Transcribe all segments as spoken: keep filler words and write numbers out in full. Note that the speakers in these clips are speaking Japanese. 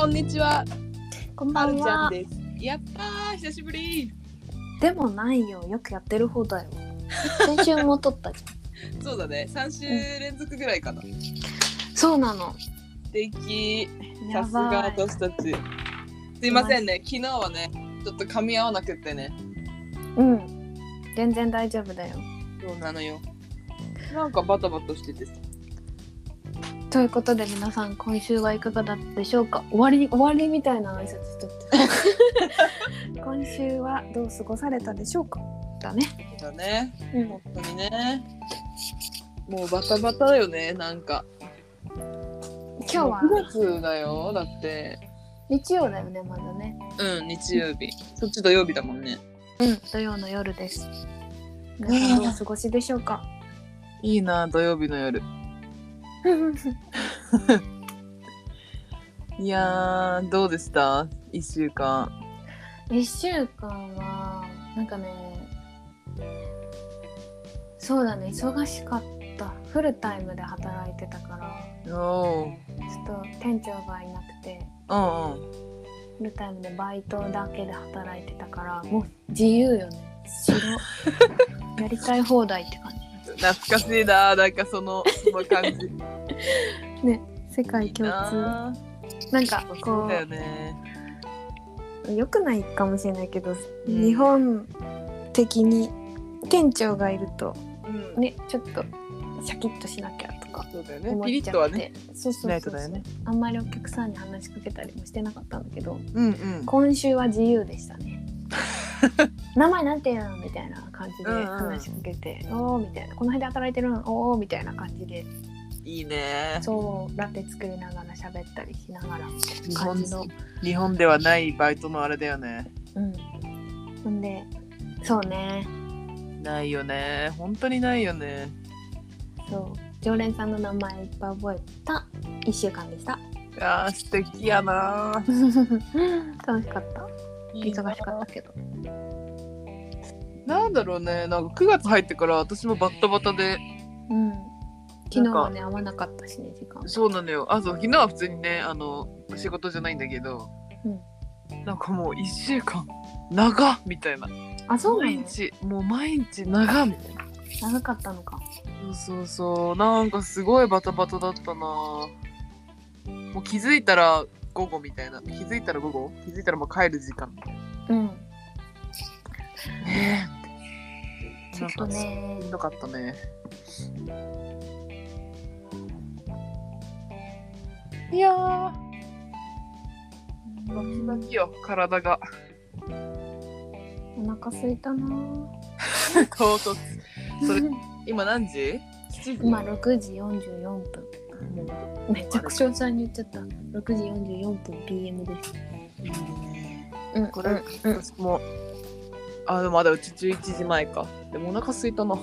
こんにちは。 こんばんはるちゃんは。 です。やったー、久しぶり。 でもないよ、よくやってる方だよ。先週も撮ったじそうだね、さん週連続ぐらいかな。 ゃん。そうなの。 素敵。 やばいさすが私たち。すいませんね、昨日はね、ちょっと噛み合わなくってね。 うん。全然大丈夫だよ。 そうなのよ。なんかバタバタしててさ。 ということで皆さん、今週はいかがだったでしょうか。終わり終わりみたいな挨拶しとって今週はどう過ごされたでしょうかだね。 そうだね、 うん、 本当にね。もうバタバタだよね、なんか。 今日はくがつだよ、だって。 日曜だよね、まだね。 うん、日曜日。そっち土曜日だもんね。 うん、土曜の夜です。皆さんどうお過ごしでしょうか。 いいな、土曜日の夜。いやー、どうでした一週間。 一週間はなんかね、そうだね、忙しかった。フルタイムで働いてたからおー、 ちょっと店長がいなくて、 うんうん。 フルタイムでバイトだけで働いてたから、もう自由よね。白やりたい放題って感じ。 懐かしいな、なんかそのその感じ。 ね、世界共通。 いいななんかそうこだよね。 う良くないかもしれないけど、 うん、 日本的に店長がいるとうん、 ね、ちょっとシャキッとしなきゃとかそうだよね。 思っピリちゃって、 ッとはね。 そうそうそうそう、 しないとだよね。 あんまりお客さんに話しかけたりもしてなかったんだけど、 うんうん。 今週は自由でしたね。名前なんていうのみたいな感じで話しかけて、うんうん、おーみたいな、この辺で働いてるのおーみたいな感じで、 いいね。 そうラテ作りながら喋ったりしながら日本感じの、 日本ではないバイトのあれだよね。 うん。ほんで、そうね。 ないよね。本当にないよね。 そう、常連さんの名前いっぱい覚えたいっしゅうかんでした。 いやー、素敵やな。 楽しかった。忙しかったけど。 なんだろうね、なんかくがつ入ってから私もバッタバタで、 うん。昨日はね、会わなかったしね、時間。 そうなのよ。あ、そう、昨日は普通にね、あの仕事じゃないんだけど、 うん、 なんかもういっしゅうかん長っみたいな。 あ、そうなの？ 毎日もう毎日長っみたいな。 長かったのか。 そうそうそう、なんかすごいバタバタだったな。もう気づいたら午後みたいな。気づいたら午後気づいたらもう帰る時間みたいな。 うん。 ねえ。 ちょっとね。 しんどかったね。いやー。バキバキよ、体が。 お腹空いたな。 唐突。それ、今何時？ 今ろくじよんじゅうよんぷん。めっちゃく詳細に言っちゃった。ろくじよんじゅうよんぷん ピーエム です。 いいね。 うん、 これ、 うん、 私も、あ、でもまだうちじゅういちじまえか。でもお腹空いたな。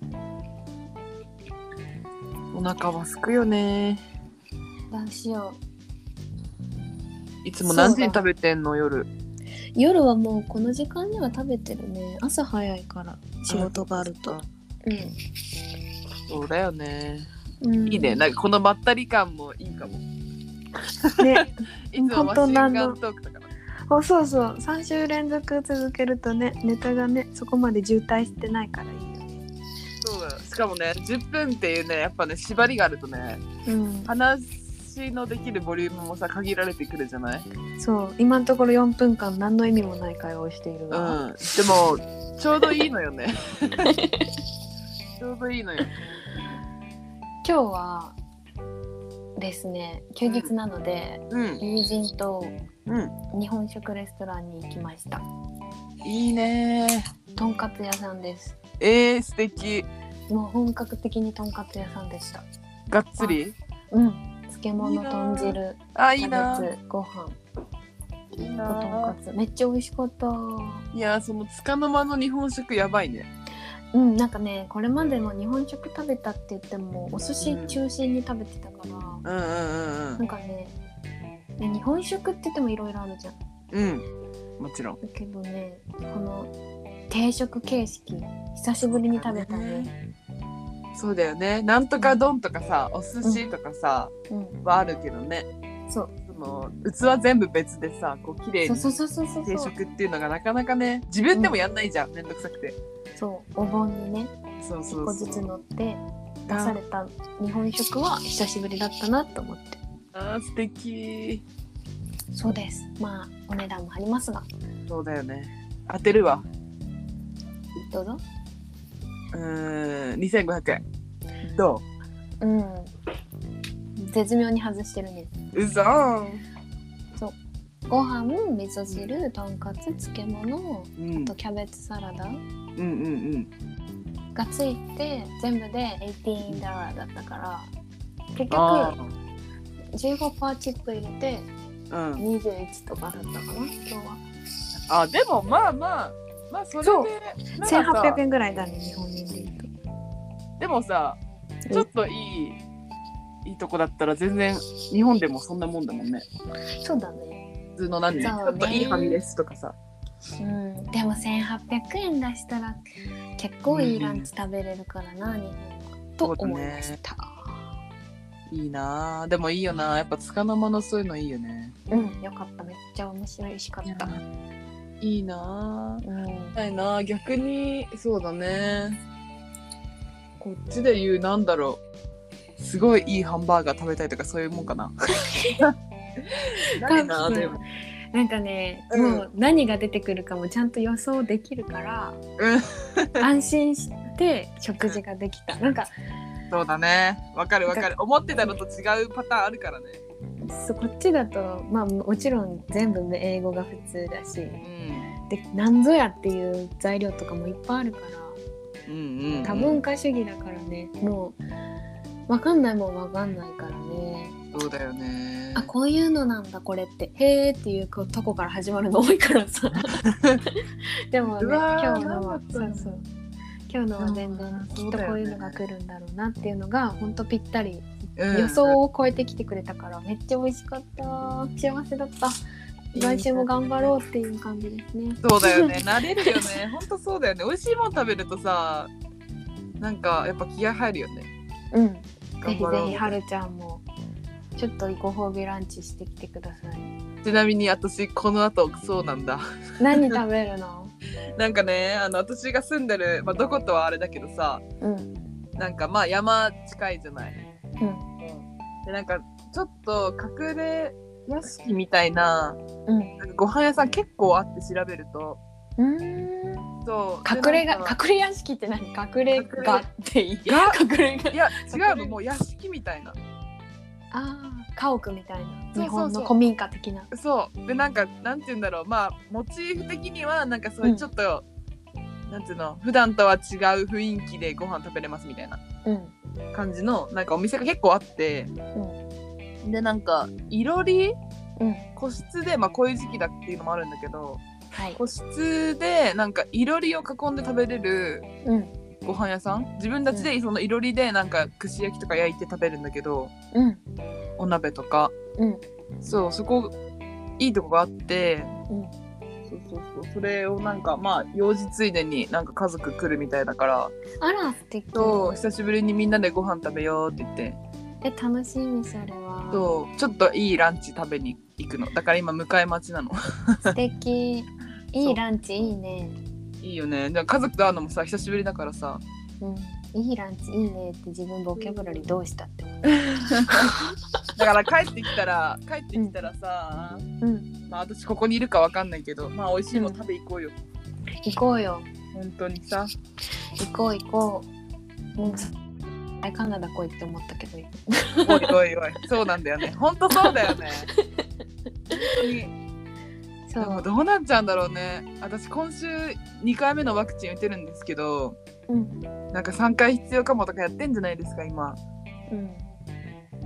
お腹は空くよね。 どうしよいつも何時に食べてんの夜？ う。夜はもうこの時間には食べてるね。朝早いから仕事があると。うん。 そうだよね。 うん、 いいね。なんかこのまったり感もいいかも。 ね。 いつもマシンガントークだから。 あ、そうそう。さん週連続続けるとね、ネタがね、そこまで渋滞してないからいいよね。 そうだよ。しかもね、じゅっぷんっていうね、やっぱね、縛りがあるとね、 うん、 話のできるボリュームもさ、限られてくるじゃない？ そう。今のところよんぷんかん何の意味もない会話をしているが。 うん。でも、ちょうどいいのよね。ちょうどいいのよ。 今日はですね、休日なので、 うん、 友人とうん、 日本食レストランに行きました。 いいね。 とんかつ屋さんです。 えー、素敵。 もう本格的にとんかつ屋さんでした。 がっつり？ うん。漬物、豚汁、 あ、いキいな。 ャベツ、ご飯、 いいとんな。 かつ、めっちゃ美味しかった。 いや、そのつかの間の日本食やばいね。 うん、なんかね、これまでも日本食食べたって言ってもお寿司中心に食べてたから、 うんうんうんうん。 なんかね、ね、日本食って言ってもいろいろあるじゃん。 うん、もちろん。 だけどね、この定食形式久しぶりに食べたね。 そうだよね。なんとか丼とかさ、お寿司とかさ、 うん、 はあるけどね。 そう。 の器全部別でさ、こう綺麗にそうそうそうそうそう定食っていうのがなかなかね、自分でもやんないじゃん、めんどくさくて。 そうお盆にねそうそうそういっこずつ乗って出された日本食は久しぶりだったなと思って。 あー素敵。 そうです。まあお値段もありますが、 そうだよね。当てるわ。 どうぞ。 うーん、にせんごひゃくえん。どうん絶妙に外してるね。 う？うそー。 ご飯、味噌汁、とんかつ、漬物、 うんあとキャベツサラダうんうんがついて全部でじゅうはちダラーだったから結あ局 じゅうごパーセント チップ入れてー。うん。 にじゅういちとかだったかな今日は。 あ、でもまあまあ、まあそれで、 そうなんかさせんはっぴゃくえんぐらいだね日本円で言うでもさ、ちょっといい、いいとこだったら全然日本でもそんなもんだもんね。 と。そうだね。 普通の何、ちそうねょっといいファミレスとかさ。 うんでもせんはっぴゃくえん出したら結構いいランチ食べれるからな、日本はと思いました。 いいなぁ。でもいいよなぁ。やっぱつかの間のそういうのいいよね。 うんよかった。めっちゃ面白いしかった。 いいなぁ。 うんないなぁ。逆にそうだね。こっちで言うなんだろう。すごいいいハンバーガー食べたいとかそういうもんかな。ないなぁでも。 なんかね、 うんもう何が出てくるかもちゃんと予想できるからうん。 安心して食事ができた。なんかそうだね。わかるわかる。思ってたのと違うパターンあるからね。 そこっちだとまあもちろん全部英語が普通だし、 うん。 でなんぞやっていう材料とかもいっぱいあるから、 うんうん、うん。 多文化主義だからね、もう分かんないもん分かんないからね。 そうだよね。 あこういうのなんだこれってへーっていうとこから始まるの多いからさでもね今日のはそうそう今日のは全然きっとこういうのが来るんだろうなっていうのがほんとぴったり、うん、予想を超えてきてくれたからめっちゃ美味しかった。幸せだった。来週も頑張ろうっていう感じですね。 そうだよね。慣れるよね。ほんとそうだよね。美味しいもの食べるとさ、なんかやっぱ気合入るよね。 うん。ぜひぜ頑張ろうひはるちゃんもちょっとご褒美ランチしてきてください。 ちなみに私この後そうなんだ。 何食べるの？ なんかね、あの私が住んでる、まあ、どことはあれだけどさ、 うん。 なんかまあ山近いじゃない。 うん。 でなんかちょっと隠れ屋敷みたいな、 うんなんかご飯屋さん結構あって調べると。 うーん。 そう隠れがでなんか隠れ屋敷って何？隠れ家っていい？ が隠れ家。 いや違うの、もう屋敷みたいな。 ああ、家屋みたいな。 そうそうそう日本の古民家的な。 そうでなんかなんて言うんだろう、まあモチーフ的にはなんかそういうちょっと、うん、なんていうの、普段とは違う雰囲気でご飯食べれますみたいな感じのなんかお店が結構あって、うん、でなんかいろり、うん、個室で、まあこういう時期だっていうのもあるんだけど、はい、個室でなんかいろりを囲んで食べれる、うん、ご飯屋さん、自分たちでそのいろりでなんか串焼きとか焼いて食べるんだけど、うん、お鍋とか、うん、そうそこいいとこがあって、うん、そうそうそう、それをなんかまあ用事ついでになんか家族来るみたいだから、 あら素敵。 そう久しぶりにみんなでご飯食べようって言って、 え楽しみそれは。 そうちょっといいランチ食べに行くのだから今迎え待ちなの。 素敵。いいランチいいね。 いいよね。で家族と会うのもさ久しぶりだからさ、 うん、いいランチいいねって自分ボキャブラリーどうしたってだから帰ってきたら帰ってきたらさ、うん、まあ私ここにいるかわかんないけど、まあ美味しいもの食べ行こうよ、 うん、行こうよ本当にさ。 行こう行こう。もうカナダ来いって思ったけどおいおいおいそうなんだよね。本当そうだよね。本当に。でもどうなっちゃうんだろうね。私今週にかいめのワクチン打てるんですけど、うん、なんかさんかい必要かもとかやってんじゃないですか今、うん、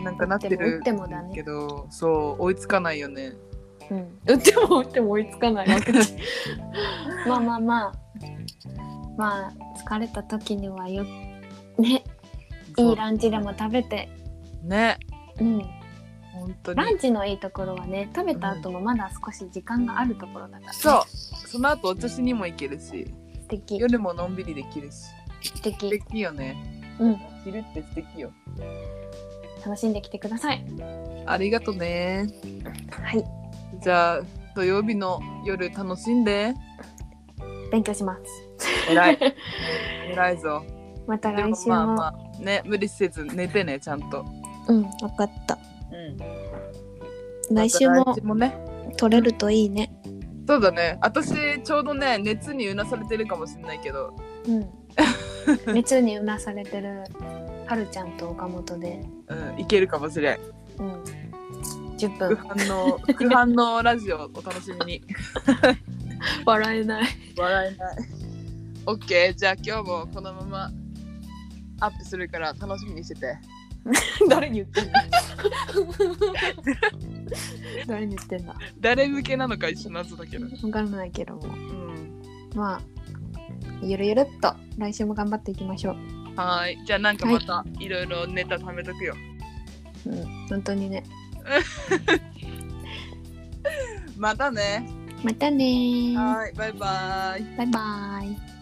なんかなってる打っても打ってもだねけど、そう追いつかないよね、 うん、打っても打っても追いつかないワクチンまあまあまあまあ疲れた時にはよね、いいランチでも食べてね、うん本当にランチのいいところはね、食べた後もまだ少し時間があるところだから、ね、 そうその後お茶しにも行けるし、 素敵。 夜ものんびりできるし、 素敵素敵よね。 うん、 昼って素敵よ。 楽しんできてください。 ありがとね。 はい。 じゃあ土曜日の夜楽しんで。 勉強します。 偉い。偉いぞ。 また来週も。 まあまあね、無理せず寝てね、ちゃんと。 うん、分かった。 うん。 来週も、 ま来週もね、 取れるといいね。 そうだね。私ちょうどね、熱にうなされてるかもしれないけど。 うん。熱にうなされてるはるちゃんと岡本で。 うん、いけるかもしれん。 うん。じゅっぷん。 副反応、副反応ラジオお楽しみに。 笑えない。 笑えない。オッケー、じゃあ今日もこのままアップするから楽しみにしてて。 誰に言ってんだ誰に言ってんだ誰向けなのか一緒謎だけど。 分からないけども。 うん。 まあ、ゆるゆるっと来週も頑張っていきましょう。 はい。じゃあなんかまたいろいろネタ貯めとくよ。 うん、本当にね。 またね。 またね。 はい、バイバイ。 バイバイ。